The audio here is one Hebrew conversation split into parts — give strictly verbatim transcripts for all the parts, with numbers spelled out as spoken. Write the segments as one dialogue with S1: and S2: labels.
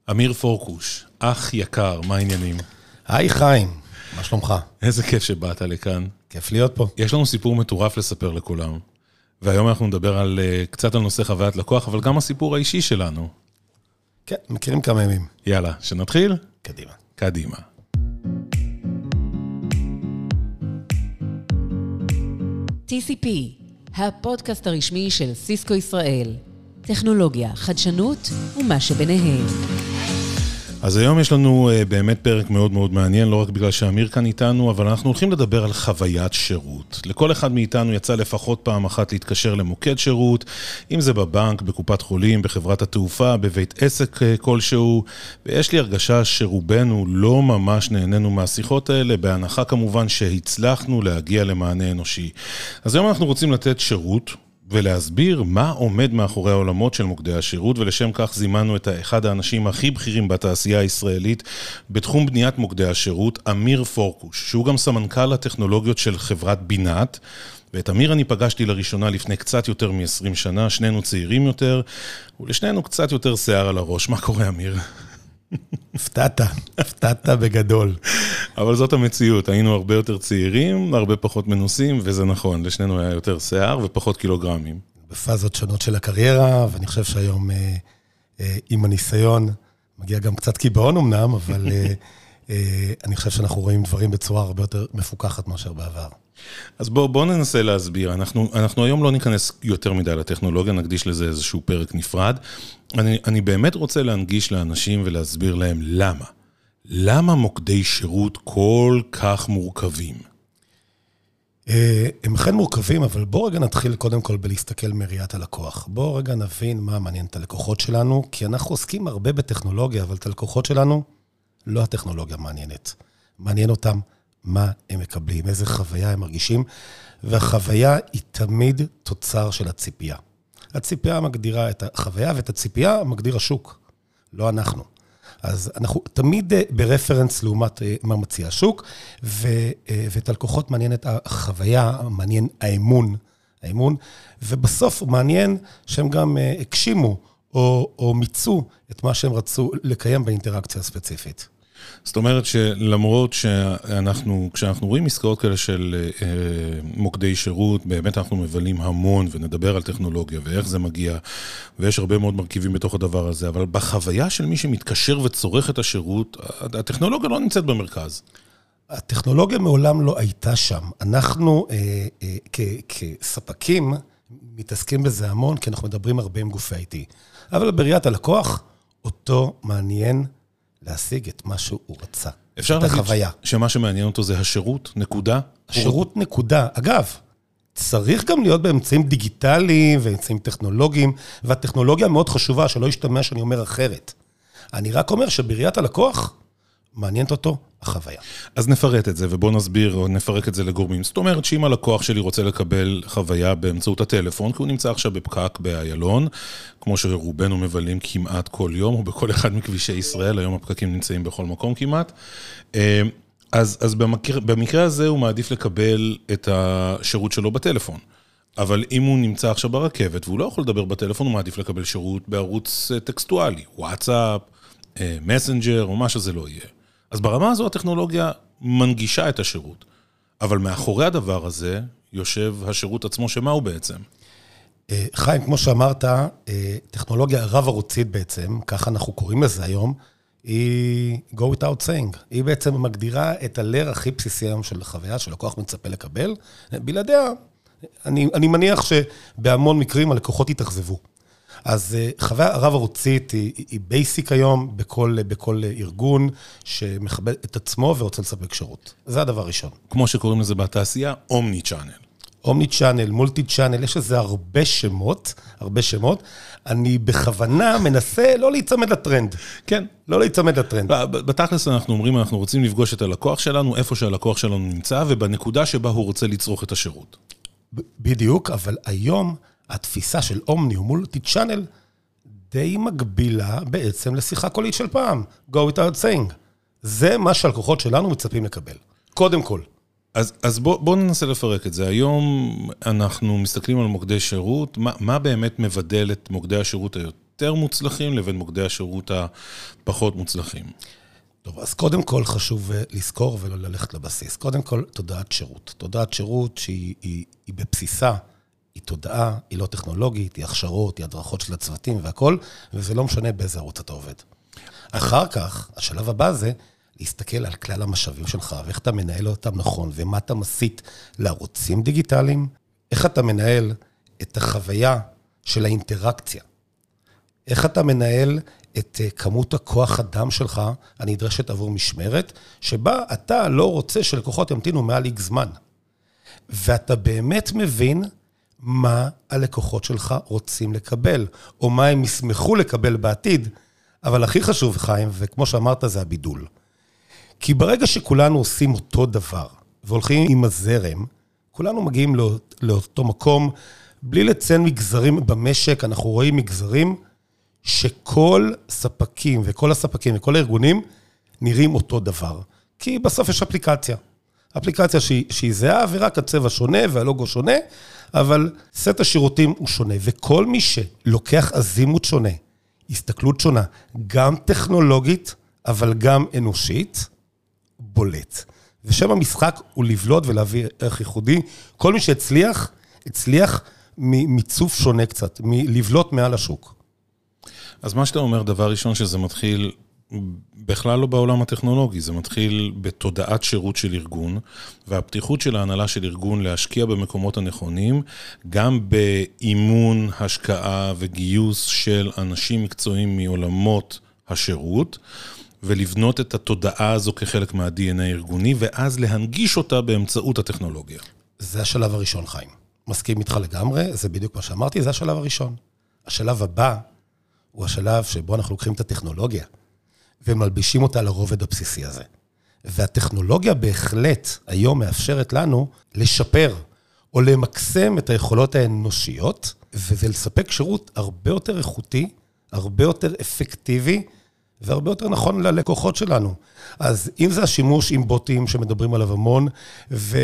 S1: אמיר פורקוש, אח יקר, מה העניינים?
S2: היי חיים, מה שלומך?
S1: איזה כיף שבאת לכאן.
S2: כיף להיות פה.
S1: יש לנו סיפור מטורף לספר לכולם, והיום אנחנו נדבר על, קצת על נושא חוויית לקוח, אבל גם הסיפור האישי שלנו.
S2: כן, מכירים כמה ימים.
S1: יאללה, שנתחיל?
S2: קדימה.
S1: קדימה.
S3: טי סי פי, הפודקאסט הרשמי של סיסקו ישראל. טכנולוגיה, חדשנות ומה שביניהם.
S1: אז היום יש לנו באמת פרק מאוד מאוד מעניין, לא רק בגלל שאמיר כאן איתנו, אבל אנחנו הולכים לדבר על חוויית שירות. לכל אחד מאיתנו יצא לפחות פעם אחת להתקשר למוקד שירות, אם זה בבנק, בקופת חולים, בחברת התעופה, בבית עסק כלשהו, ויש לי הרגשה שרובנו לא ממש נהנינו מהשיחות האלה, בהנחה כמובן שהצלחנו להגיע למענה אנושי. אז היום אנחנו רוצים לתת שירות, ולהסביר מה עומד מאחורי העולמות של מוקדי השירות, ולשם כך זימנו את אחד האנשים הכי בכירים בתעשייה הישראלית, בתחום בניית מוקדי השירות, אמיר פורקוש, שהוא גם סמנכ"ל הטכנולוגיות של חברת בינת, ואת אמיר אני פגשתי לראשונה לפני קצת יותר מ-עשרים שנה, שנינו צעירים יותר, ולשנינו קצת יותר שיער על הראש. מה קורה, אמיר?
S2: הפתעת, הפתעת בגדול.
S1: אבל זאת המציאות, היינו הרבה יותר צעירים, הרבה פחות מנוסים, וזה נכון, לשנינו היה יותר שיער ופחות קילוגרמים.
S2: בפאזות שונות של הקריירה, ואני חושב שהיום אה, אה, עם הניסיון, מגיע גם קצת קיבעון אמנם, אבל אה, אה, אני חושב שאנחנו רואים דברים בצורה הרבה יותר מפוקחת מאשר בעבר.
S1: אז בואו בוא ננסה להסביר, אנחנו, אנחנו היום לא ניכנס יותר מדי לטכנולוגיה, נקדיש לזה איזשהו פרק נפרד. אני, אני באמת רוצה להנגיש לאנשים ולהסביר להם למה. למה מוקדי שירות כל כך מורכבים?
S2: הם אכן מורכבים, אבל בואו רגע נתחיל קודם כל בלהסתכל מראיית הלקוח. בואו רגע נבין מה מעניין את הלקוחות שלנו, כי אנחנו עוסקים הרבה בטכנולוגיה, אבל את הלקוחות שלנו לא הטכנולוגיה מעניינת. מעניין אותם מה הם מקבלים, איזה חוויה הם מרגישים, והחוויה היא תמיד תוצר של הציפייה. הציפייה מגדירה את החוויה, ואת הציפייה מגדיר השוק, לא אנחנו. אז אנחנו תמיד ברפרנס לעומת מה מציע השוק, ואת הלקוחות מעניין את החוויה, מעניין האמון, האמון, ובסוף מעניין שהם גם הקשימו או, או מיצו את מה שהם רצו לקיים באינטראקציה הספציפית.
S1: זאת אומרת שלמרות שאנחנו, כשאנחנו רואים עסקאות כאלה של אה, מוקדי שירות, באמת אנחנו מבלים המון ונדבר על טכנולוגיה ואיך זה מגיע, ויש הרבה מאוד מרכיבים בתוך הדבר הזה, אבל בחוויה של מי שמתקשר וצורך את השירות, הטכנולוגיה לא נמצאת במרכז.
S2: הטכנולוגיה מעולם לא הייתה שם. אנחנו אה, אה, כ, כספקים מתעסקים בזה המון, כי אנחנו מדברים הרבה עם גופי איי טי. אבל בראיית הלקוח, אותו מעניין להשיג את מה שהוא רצה.
S1: אפשר להגיד החוויה. שמה שמעניין אותו זה השירות, נקודה?
S2: השירות נקודה. אגב, צריך גם להיות באמצעים דיגיטליים ואמצעים טכנולוגיים, והטכנולוגיה מאוד חשובה, שלא ישתמע שאני אומר אחרת. אני רק אומר שבראיית הלקוח מעניינת אותו החוויה.
S1: אז נפרט את זה, ובוא נסביר או נפרק את זה לגורמים. זאת אומרת שאם הלקוח שלי רוצה לקבל חוויה באמצעות הטלפון, כי הוא נמצא עכשיו בפקק באיילון, כמו שרובנו מבלים כמעט כל יום, או בכל אחד מכבישי ישראל, היום הפקקים נמצאים בכל מקום כמעט, אז, אז במקרה, במקרה הזה הוא מעדיף לקבל את השירות שלו בטלפון. אבל אם הוא נמצא עכשיו ברכבת, והוא לא יכול לדבר בטלפון, הוא מעדיף לקבל שירות בערוץ טקסטואלי, וואטסאפ, מסנג'ר, או מה שזה לא יהיה. אז ברמה הזו הטכנולוגיה מנגישה את השירות, אבל מאחורי הדבר הזה יושב השירות עצמו, שמה הוא בעצם?
S2: חיים, כמו שאמרת, טכנולוגיה רב-ערוצית בעצם, ככה אנחנו קוראים לזה היום, היא go without saying. היא בעצם מגדירה את הלר הכי בסיסי היום של החוויה, שלקוח מצפה לקבל. בלעדיה, אני, אני מניח שבהמון מקרים הלקוחות יתאכזבו. אז חוויה רב-ערוצית היא, היא בייסיק היום בכל, בכל ארגון שמכבד את עצמו ורוצה לספק שירות. זה הדבר הראשון.
S1: כמו שקוראים לזה בתעשייה, אומני צ'אנל.
S2: אומני צ'אנל, מולטי צ'אנל, יש לזה הרבה שמות, הרבה שמות. אני בכוונה מנסה לא להיצמד לטרנד.
S1: כן.
S2: לא להיצמד לטרנד.
S1: בתכלס אנחנו אומרים, אנחנו רוצים לפגוש את הלקוח שלנו, איפה שהלקוח שלנו נמצא, ובנקודה שבה הוא רוצה לצרוך את השירות.
S2: בדיוק, אבל היום התפיסה של אומני ומולטי צ'אנל די מגבילה בעצם לשיחה קולית של פעם. Go without saying. זה מה שהלקוחות שלנו מצפים לקבל. קודם כל.
S1: אז, אז בוא, בוא ננסה לפרק את זה. היום אנחנו מסתכלים על מוקדי שירות, מה, מה באמת מבדל את מוקדי השירות היותר מוצלחים לבין מוקדי השירות הפחות מוצלחים?
S2: טוב, אז קודם כל חשוב לזכור ולא ללכת לבסיס. קודם כל, תודעת שירות. תודעת שירות שהיא היא, היא בבסיסה, היא תודעה, היא לא טכנולוגית, היא הכשרות, היא הדרכות של הצוותים והכל, וזה לא משנה באיזה ערוץ אתה עובד. אחר כך, השלב הבא זה להסתכל על כלל המשאבים שלך, ואיך אתה מנהל אותם נכון, ומה אתה מסית לערוצים דיגיטליים, איך אתה מנהל את החוויה של האינטראקציה, איך אתה מנהל את כמות הכוח אדם שלך, הנדרשת עבור משמרת, שבה אתה לא רוצה שלקוחות ימתינו מעל איקס זמן. ואתה באמת מבין מה הלקוחות שלך רוצים לקבל, או מה הם ישמחו לקבל בעתיד, אבל הכי חשוב, חיים, וכמו שאמרת, זה הבידול. כי ברגע שכולנו עושים אותו דבר, והולכים עם הזרם, כולנו מגיעים לא, לאותו מקום, בלי לציין מגזרים במשק, אנחנו רואים מגזרים שכל ספקים וכל הספקים וכל הארגונים נראים אותו דבר. כי בסוף יש אפליקציה. אפליקציה שהיא, שהיא זהה, ורק הצבע שונה והלוגו שונה, אבל סט השירותים הוא שונה. וכל מי שלוקח עזימות שונה, הסתכלות שונה, גם טכנולוגית, אבל גם אנושית, בולט. ושם המשחק הוא לבלוט ולהביא ערך ייחודי. כל מי שהצליח, הצליח ממיצוף שונה קצת, מלבלוט מעל השוק.
S1: אז מה שאתה אומר, דבר ראשון שזה מתחיל בכלל לא בעולם הטכנולוגי, זה מתחיל בתודעת שירות של ארגון, והפתיחות של ההנהלה של ארגון להשקיע במקומות הנכונים, גם באימון, השקעה וגיוס של אנשים מקצועיים מעולמות השירות, ולבנות את התודעה הזו כחלק מה-די אן איי הארגוני, ואז להנגיש אותה באמצעות הטכנולוגיה.
S2: זה השלב הראשון, חיים. מסכים איתך לגמרי, זה בדיוק מה שאמרתי, זה השלב הראשון. השלב הבא הוא השלב שבו אנחנו לוקחים את הטכנולוגיה, ומלבישים אותה לרובד הבסיסי הזה. והטכנולוגיה בהחלט היום מאפשרת לנו לשפר, או למקסם את היכולות האנושיות, וזה לספק שירות הרבה יותר איכותי, הרבה יותר אפקטיבי, והרבה יותר נכון ללקוחות שלנו. אז אם זה השימוש עם בוטים שמדברים עליו המון, ו,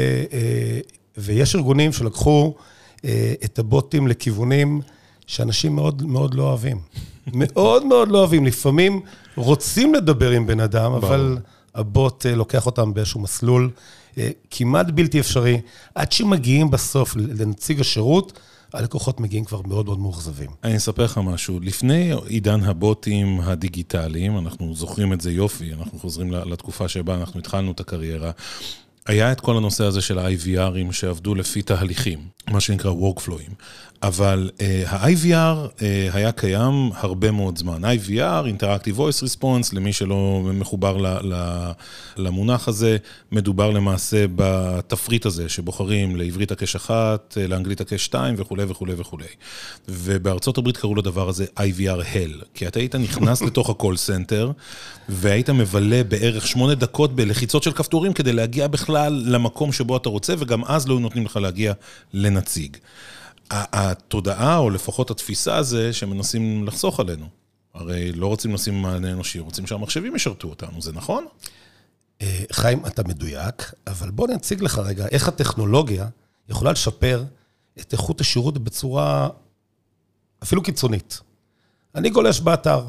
S2: ויש ארגונים שלקחו את הבוטים לכיוונים שאנשים מאוד מאוד לא אוהבים. מאוד מאוד לא אוהבים. לפעמים רוצים לדבר עם בן אדם, אבל הבוט לוקח אותם באיזשהו מסלול כמעט בלתי אפשרי. עד שמגיעים בסוף לנציג השירות, הלקוחות מגיעים כבר מאוד מאוד מאוכזבים.
S1: אני אספר לך משהו. לפני עידן הבוטים הדיגיטליים, אנחנו זוכרים את זה יופי, אנחנו חוזרים לתקופה שבה אנחנו התחלנו את הקריירה, היה את כל הנושא הזה של ה-איי וי ארים שעבדו לפי תהליכים, מה שנקרא workflowים. אבל uh, ה-איי וי אר uh, היה קיים הרבה מאוד זמן. איי וי אר, Interactive Voice Response, למי שלא מחובר ל- ל- למונח הזה, מדובר למעשה בתפריט הזה, שבוחרים לעברית הקש אחת, לאנגלית הקש שתיים וכו' וכו' וכו'. ובארצות הברית קראו לדבר הזה איי וי אר Hell, כי אתה היית נכנס לתוך ה-call center, והיית מבלה בערך שמונה דקות בלחיצות של כפתורים, כדי להגיע בכלל למקום שבו אתה רוצה, וגם אז לא נותנים לך להגיע לנציג. התודעה, או לפחות התפיסה הזה, שמנסים לחסוך עלינו. הרי לא רוצים לשים מענה אנושי, רוצים שהמחשבים ישרתו אותנו, זה נכון?
S2: חיים, אתה מדויק, אבל בוא נציג לך רגע, איך הטכנולוגיה יכולה לשפר את איכות השירות בצורה אפילו קיצונית. אני גולש באתר.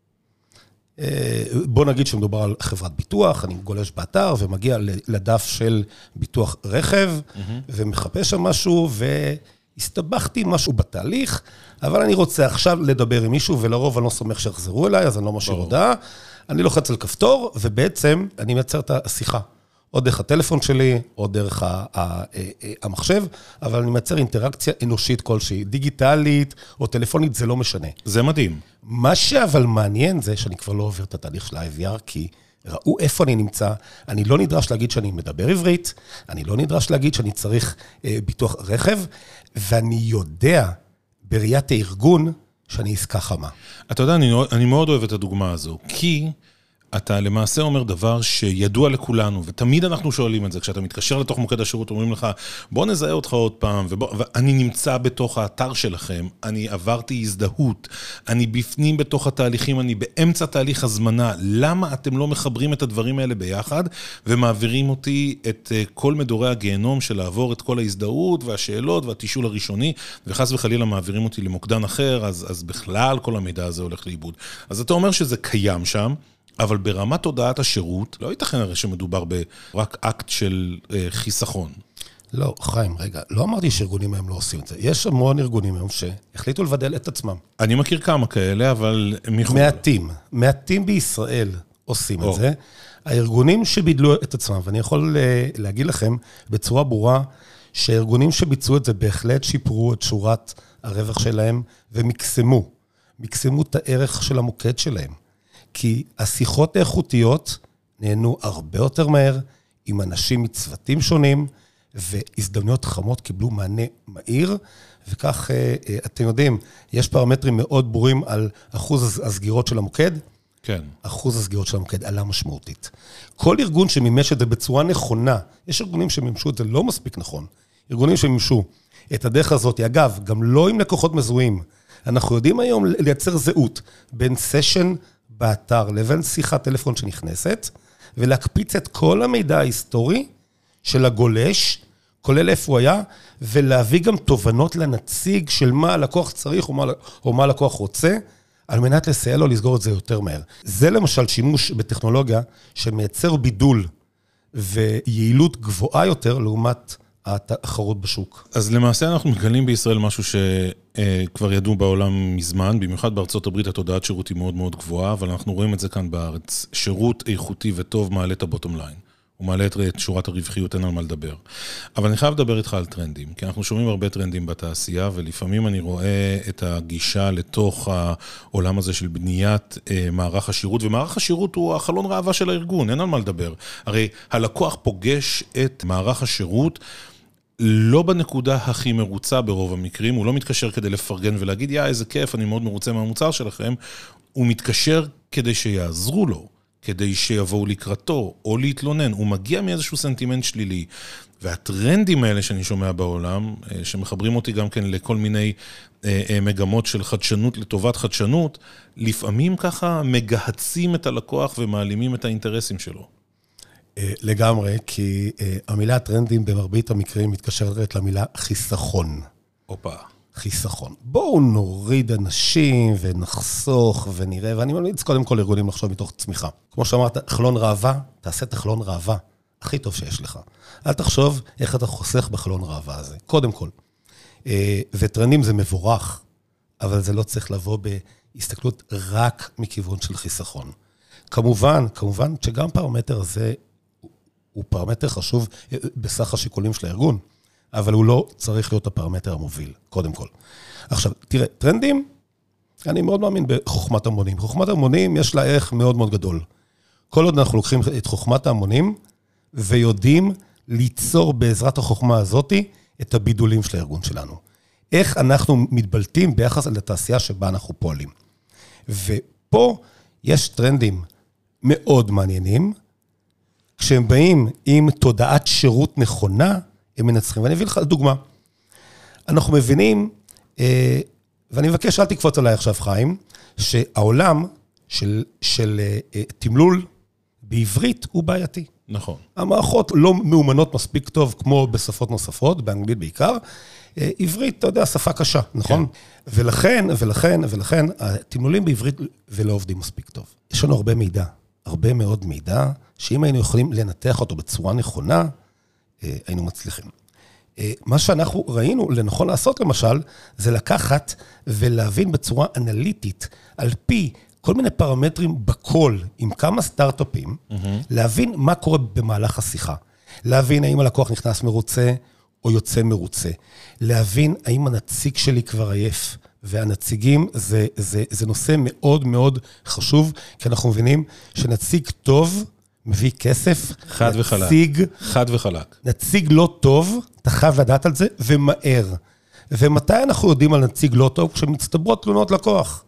S2: בוא נגיד שמדובר על חברת ביטוח, אני גולש באתר ומגיע לדף של ביטוח רכב, ומחפש שם משהו, והסתבכתי משהו בתהליך, אבל אני רוצה עכשיו לדבר עם מישהו, ולרוב אני לא סומך שיחזרו אליי, אז אני לא משאיר הודעה. אני לוחץ על כפתור, ובעצם אני מייצר את השיחה. או דרך הטלפון שלי, או דרך המחשב, אבל אני מייצר אינטראקציה אנושית כלשהי, דיגיטלית או טלפונית, זה לא משנה.
S1: זה מדהים.
S2: מה שאבל מעניין זה שאני כבר לא עובר את התהליך של ה-איי וי אר, כי ראו איפה אני נמצא, אני לא נדרש להגיד שאני מדבר עברית, אני לא נדרש להגיד שאני צריך ביטוח רכב, ואני יודע בראיית הארגון שאני עסקה חמה.
S1: אתה יודע, אני, אני מאוד אוהב את הדוגמה הזו, כי אתה למעשה אומר דבר שידוע לכולנו, ותמיד אנחנו שואלים את זה, כשאתה מתקשר לתוך מוקד השירות, אומרים לך, בוא נזהה אותך עוד פעם, ובוא, ואני נמצא בתוך האתר שלכם, אני עברתי הזדהות, אני בפנים בתוך התהליכים, אני באמצע תהליך הזמנה, למה אתם לא מחברים את הדברים האלה ביחד, ומעבירים אותי את כל מדורי הגיהנום של לעבור את כל ההזדהות, והשאלות, והתישול הראשוני, וחס וחלילה מעבירים אותי למוקדן אחר, אז, אז בכלל כל המידע הזה הולך לאיבוד. אז אתה אומר שזה קיים שם, אבל ברמת הודעת השירות, לא ייתכן הרי שמדובר ברק אקט של אה, חיסכון.
S2: לא, חיים, רגע, לא אמרתי שארגונים היום לא עושים את זה. יש המון ארגונים היום שהחליטו לבדל את עצמם.
S1: אני מכיר כמה כאלה, אבל...
S2: מעטים, מעטים בישראל עושים או. את זה. הארגונים שבידלו את עצמם, ואני יכול להגיד לכם בצורה ברורה, שהארגונים שביצעו את זה בהחלט שיפרו את שורת הרווח שלהם, ומקסמו, מקסמו את הערך של המוקד שלהם. כי השיחות האיכותיות נהנו הרבה יותר מהר, עם אנשים מצוותים שונים, והזדמנויות חמות קיבלו מענה מהיר, וכך, אתם יודעים, יש פרמטרים מאוד ברורים על אחוז הסגירות של המוקד,
S1: כן.
S2: אחוז הסגירות של המוקד עלה משמעותית. כל ארגון שמימש את זה בצורה נכונה, יש ארגונים שמימשו את זה לא מספיק נכון, ארגונים שמימשו את הדרך הזאת, אגב, גם לא עם לקוחות מזוהים, אנחנו יודעים היום לייצר זהות בין סשן באתר לבין שיחת טלפון שנכנסת, ולהקפיץ את כל המידע ההיסטורי של הגולש, כולל איפה הוא היה, ולהביא גם תובנות לנציג של מה הלקוח צריך או מה, או מה הלקוח רוצה, על מנת לסייע לו לסגור את זה יותר מהר. זה למשל שימוש בטכנולוגיה שמייצר בידול ויעילות גבוהה יותר לעומת התחרות בשוק.
S1: אז למעשה אנחנו מגלים בישראל משהו שכבר ידעו בעולם מזמן, במיוחד בארצות הברית התודעת שירות היא מאוד מאוד גבוהה, אבל אנחנו רואים את זה כאן בארץ. שירות איכותי וטוב מעלה את הבוטום ליין. הוא מעלה את שורת הרווחיות, אין על מה לדבר. אבל אני חייב לדבר איתך על טרנדים, כי אנחנו שומעים הרבה טרנדים בתעשייה, ולפעמים אני רואה את הגישה לתוך העולם הזה של בניית מערך השירות, ומערך השירות הוא החלון ראווה של הארגון, אין על מה לדבר. הרי הלקוח פוגש את מערך השירות, לא בנקודה הכי מרוצה ברוב המקרים, הוא לא מתקשר כדי לפרגן ולהגיד, יא, איזה כיף, אני מאוד מרוצה מהמוצר שלכם, הוא מתקשר כדי שיעזרו לו. כדי שיבואו לקראתו, או להתלונן, הוא מגיע מאיזשהו סנטימנט שלילי, והטרנדים האלה שאני שומע בעולם, שמחברים אותי גם כן לכל מיני מגמות של חדשנות לטובת חדשנות, לפעמים ככה מגהצים את הלקוח ומעלימים את האינטרסים שלו.
S2: לגמרי, כי המילה טרנדים במרבית המקרים מתקשרת למילה חיסכון.
S1: אופה.
S2: חיסכון. בואו נוריד אנשים ונחסוך ונראה, ואני ממליץ קודם כל ארגונים לחשוב מתוך צמיחה. כמו שאמרת, חלון ראווה, תעשה את החלון ראווה, הכי טוב שיש לך. אל תחשוב איך אתה חוסך בחלון ראווה הזה, קודם כל. וטרנדים זה מבורך, אבל זה לא צריך לבוא בהסתכלות רק מכיוון של חיסכון. כמובן, כמובן שגם פרמטר הזה הוא פרמטר חשוב בסך השיקולים של הארגון, אבל הוא לא צריך להיות הפרמטר המוביל, קודם כל. עכשיו, תראה, טרנדים, אני מאוד מאמין בחוכמת המונים. חוכמת המונים יש לה ערך מאוד מאוד גדול. כל עוד אנחנו לוקחים את חוכמת המונים, ויודעים ליצור בעזרת החוכמה הזאת את הבידולים של הארגון שלנו. איך אנחנו מתבלטים ביחס לתעשייה שבה אנחנו פועלים. ופה יש טרנדים מאוד מעניינים, כשהם באים עם תודעת שירות נכונה, הם מנצחים. ואני אביא לך דוגמה. אנחנו מבינים, ואני מבקש, אל תקפוץ עליי עכשיו, חיים, שהעולם של, של תמלול בעברית הוא בעייתי.
S1: נכון.
S2: המערכות לא מאומנות מספיק טוב כמו בשפות נוספות, באנגלית בעיקר. עברית, אתה יודע, שפה קשה, נכון? כן. ולכן, ולכן, ולכן, התמלולים בעברית ולא עובדים מספיק טוב. יש לנו הרבה מידע, הרבה מאוד מידע, שאם היינו יכולים לנתח אותו בצורה נכונה, היינו מצליחים. מה שאנחנו ראינו לנכון לעשות, למשל, זה לקחת ולהבין בצורה אנליטית, על פי כל מיני פרמטרים בכל, עם כמה סטארט-אפים, mm-hmm. להבין מה קורה במהלך השיחה. להבין האם הלקוח נכנס מרוצה או יוצא מרוצה. להבין האם הנציג שלי כבר עייף. והנציגים זה, זה, זה נושא מאוד מאוד חשוב, כי אנחנו מבינים שנציג טוב מביא כסף.
S1: חד וחלק.
S2: נציג,
S1: חד וחלק.
S2: נציג לא טוב, אתה חייב לדעת על זה, ומהר. ומתי אנחנו יודעים על נציג לא טוב? כשמצטברות תלונות לקוח.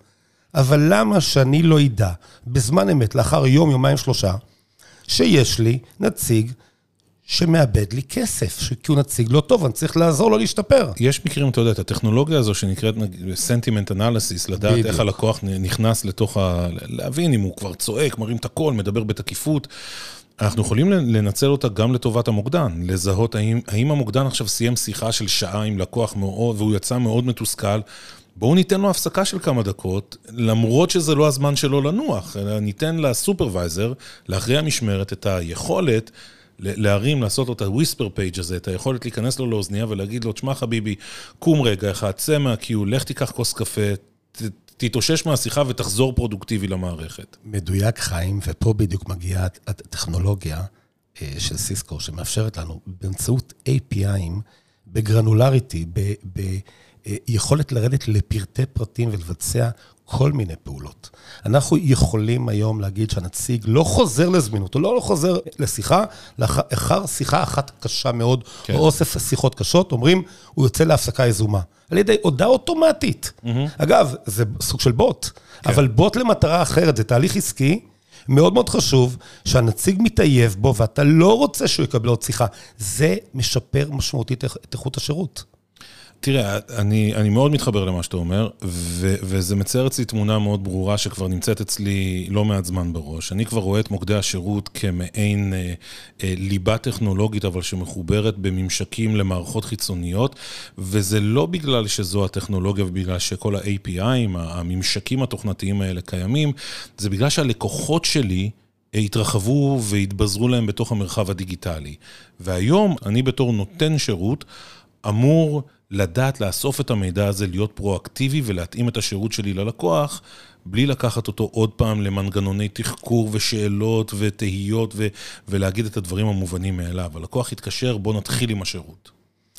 S2: אבל למה שאני לא ידע, בזמן אמת, לאחר יום, יומיים, שלושה, שיש לי נציג שמאבד לי כסף, כי הוא נציג לא טוב, אני צריך לעזור לו להשתפר.
S1: יש מקרים, אתה יודע, את הטכנולוגיה הזו שנקראת sentiment analysis, לדעת בדיוק. איך הלקוח נכנס לתוך ה... להבין אם הוא כבר צועק, מרים את הכל, מדבר בתקיפות. אנחנו יכולים לנצל אותה גם לטובת המוקדן, לזהות האם, האם המוקדן עכשיו סיים שיחה של שעה עם לקוח מאוד, והוא יצא מאוד מתוסכל, בואו ניתן לו הפסקה של כמה דקות, למרות שזה לא הזמן שלו לנוח, אלא ניתן לסופרוויזר, לאחרי המשמרת, את היכולת להרים, לעשות לו את הוויספר פייג' הזה, את היכולת להיכנס לו לאוזניה ולהגיד לו, תשמע חביבי, קום רגע אחד, צא מהקיו, לך תיקח כוס קפה, תתאושש מהשיחה ותחזור פרודוקטיבי למערכת.
S2: מדויק חיים, ופה בדיוק מגיעה הטכנולוגיה של סיסקו, שמאפשרת לנו באמצעות איי פי אי'ים, בגרנולריטי, ביכולת לרדת לפרטי פרטים ולבצע כל מיני פעולות. אנחנו יכולים היום להגיד שהנציג לא חוזר לזמינות, הוא לא חוזר לשיחה, לאחר שיחה אחת קשה מאוד, כן. או אוסף שיחות קשות, אומרים, הוא יוצא להפסקה יזומה. על ידי הודעה אוטומטית. Mm-hmm. אגב, זה סוג של בוט, כן. אבל בוט למטרה אחרת, זה תהליך עסקי, מאוד מאוד חשוב, שהנציג מתעייב בו, ואתה לא רוצה שהוא יקבל עוד שיחה. זה משפר משמעותית את איכות השירות.
S1: תראה, אני, אני מאוד מתחבר למה שאתה אומר, ו, וזה מצייר אצלי תמונה מאוד ברורה שכבר נמצאת אצלי לא מעט זמן בראש. אני כבר רואה את מוקדי השירות כמעין אה, אה, ליבה טכנולוגית, אבל שמחוברת בממשקים למערכות חיצוניות, וזה לא בגלל שזו הטכנולוגיה ובגלל שכל ה-איי פי אי'ים, הממשקים התוכנתיים האלה קיימים, זה בגלל שהלקוחות שלי התרחבו והתבזרו להם בתוך המרחב הדיגיטלי. והיום אני בתור נותן שירות אמור לדעת לאסוף את המידע הזה, להיות פרואקטיבי ולהתאים את השירות שלי ללקוח, בלי לקחת אותו עוד פעם למנגנוני תחקור ושאלות ותהיות ו- ולהגיד את הדברים המובנים מאליו. הלקוח יתקשר, בוא נתחיל עם השירות.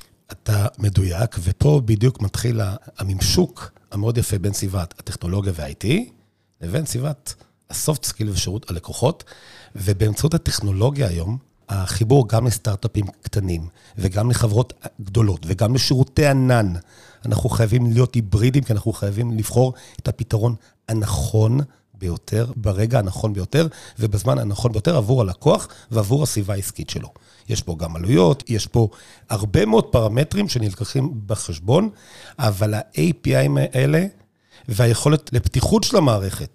S2: אתה מדויק, ופה בדיוק מתחיל הממשוק המאוד יפה בין סביבת הטכנולוגיה וה-איי טי, לבין סביבת הסופט סקיל ושירות הלקוחות, ובאמצעות הטכנולוגיה היום, החיבור גם לסטארט-אפים קטנים, וגם לחברות גדולות, וגם לשירותי ענן. אנחנו חייבים להיות היברידים, כי אנחנו חייבים לבחור את הפתרון הנכון ביותר, ברגע הנכון ביותר, ובזמן הנכון ביותר עבור הלקוח, ועבור הסביבה העסקית שלו. יש פה גם עלויות, יש פה הרבה מאוד פרמטרים שנלקחים בחשבון, אבל ה-איי פי אי'ים האלה, והיכולת לפתיחות של המערכת,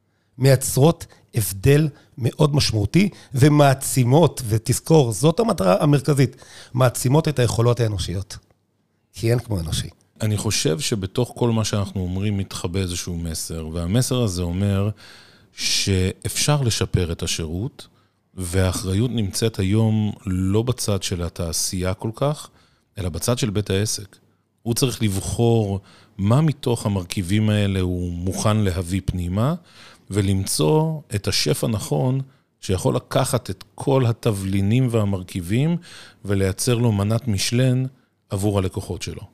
S2: מייצרות הבדל מאוד משמעותי, ומעצימות, ותזכור, זאת המטרה המרכזית, מעצימות את היכולות האנושיות. כי אין כמו אנושי.
S1: אני חושב שבתוך כל מה שאנחנו אומרים, מתחבא איזשהו מסר, והמסר הזה אומר שאפשר לשפר את השירות, והאחריות נמצאת היום לא בצד של התעשייה כל כך, אלא בצד של בית העסק. הוא צריך לבחור מה מתוך המרכיבים האלה הוא מוכן להביא פנימה, ולמצוא את השף הנכון שיכול לקחת את כל התבלינים והמרכיבים ולייצר לו מנת משלן עבור הלקוחות שלו.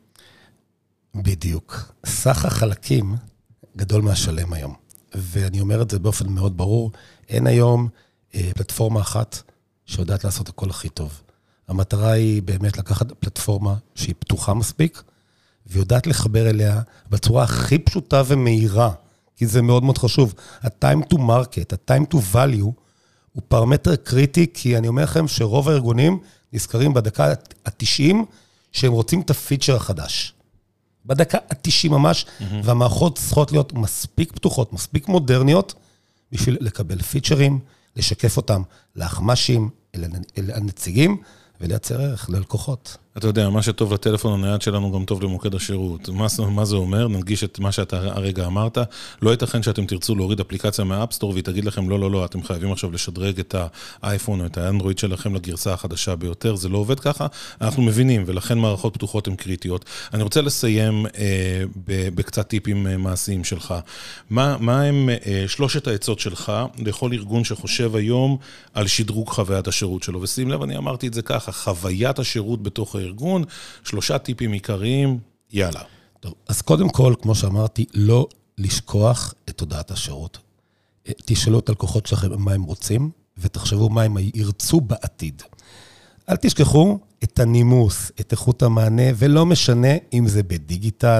S2: בדיוק. סך החלקים גדול מהשלם היום. ואני אומר את זה באופן מאוד ברור, אין היום אה, פלטפורמה אחת שיודעת לעשות הכל הכי טוב. המטרה היא באמת לקחת פלטפורמה שהיא פתוחה מספיק, ויודעת לחבר אליה בצורה הכי פשוטה ומהירה, כי זה מאוד מאוד חשוב. ה-time to market, ה-time to value, הוא פרמטר קריטי, כי אני אומר לכם שרוב הארגונים נזכרים בדקה ה-תשעים, שהם רוצים את הפיצ'ר החדש. בדקה ה-תשעים ממש, mm-hmm. והמערכות צריכות להיות מספיק פתוחות, מספיק מודרניות, בשביל לקבל פיצ'רים, לשקף אותם לאחמ"שים, אל הנציגים, ולייצר ערך ללקוחות.
S1: אתה יודע, מה שטוב לטלפון הנייד שלנו גם טוב למוקד השירות. מה, מה זה אומר? נדגיש את מה שאתה הרגע אמרת. לא ייתכן שאתם תרצו להוריד אפליקציה מהאפסטור, והיא תגיד לכם, לא, לא, לא, אתם חייבים עכשיו לשדרג את האייפון או את האנדרואיד שלכם לגרסה החדשה ביותר. זה לא עובד ככה. אנחנו מבינים, ולכן מערכות פתוחות הן קריטיות. אני רוצה לסיים אה, בקצת טיפים מעשיים שלך. מה, מה הם אה, שלושת העצות שלך לכל ארגון שחושב היום על שדרוג חוויית השירות שלו? ושים לב, אני אמרתי את זה ככה, חוויית השירות בתוך הארגון, שלושה טיפים עיקריים, יאללה.
S2: טוב, אז קודם כל, כמו שאמרתי, לא לשכוח את תודעת השירות. תשאלו את הלקוחות שלכם מה הם רוצים, ותחשבו מה הם ירצו בעתיד. אל תשכחו את הנימוס, את איכות המענה, ולא משנה אם זה בדיגיטל,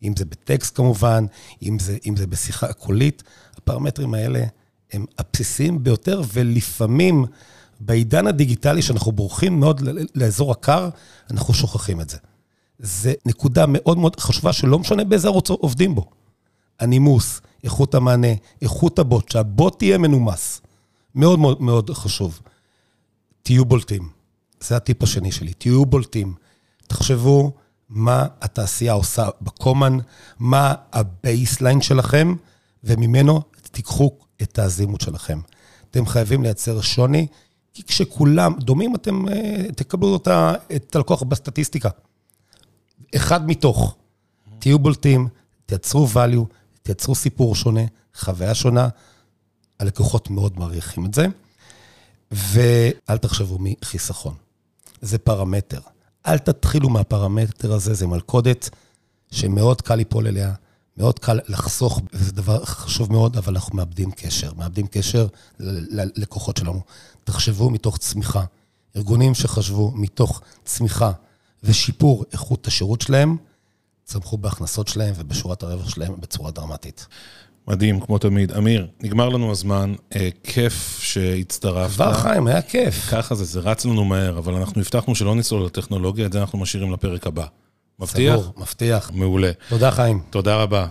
S2: אם זה בטקסט כמובן, אם זה, אם זה בשיחה קולית, הפרמטרים האלה הם הבסיסיים ביותר, ולפעמים בעידן הדיגיטלי שאנחנו בורחים מאוד לאזור הקר, אנחנו שוכחים את זה. זה נקודה מאוד מאוד חשובה שלא משנה באיזה ערוץ עובדים בו. הנימוס, איכות המענה, איכות הבוט, שהבוט תהיה מנומס. מאוד מאוד מאוד חשוב. תהיו בולטים. זה הטיפ השני שלי. תהיו בולטים. תחשבו מה התעשייה עושה בקומן, מה הבייסליין שלכם, וממנו תיקחו את הזימות שלכם. אתם חייבים לייצר שוני, כי כשכולם דומים, אתם תקבלו אותה, את הלקוח בסטטיסטיקה. אחד מתוך. תהיו בולטים, תייצרו value, תייצרו סיפור שונה, חוויה שונה, הלקוחות מאוד מעריכים את זה, ואל תחשבו מחיסכון. זה פרמטר. אל תתחילו מהפרמטר הזה, זה מלכודת שמאוד קל ליפול אליה, מאוד קל לחסוך, וזה דבר חשוב מאוד, אבל אנחנו מאבדים קשר, מאבדים קשר ללקוחות שלנו. תחשבו מתוך צמיחה. ארגונים שחשבו מתוך צמיחה ושיפור איכות השירות שלהם, צמחו בהכנסות שלהם ובשורת הרווח שלהם בצורה דרמטית.
S1: מדהים, כמו תמיד. אמיר, נגמר לנו הזמן, אה, כיף שהצטרפת.
S2: כבר חיים, היה כיף.
S1: ככה זה, זה רץ לנו מהר, אבל אנחנו הבטחנו שלא נצלול לטכנולוגיה, את זה אנחנו משאירים לפרק הבא. מבטיח?
S2: סגור, מבטיח.
S1: מעולה.
S2: תודה חיים.
S1: תודה רבה.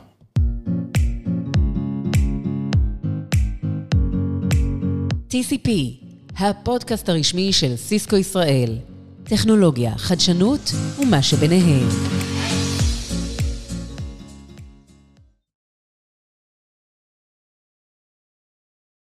S3: טי סי פי, הפודקאסט הרשמי של סיסקו ישראל. טכנולוגיה, חדשנות ומה שביניהם.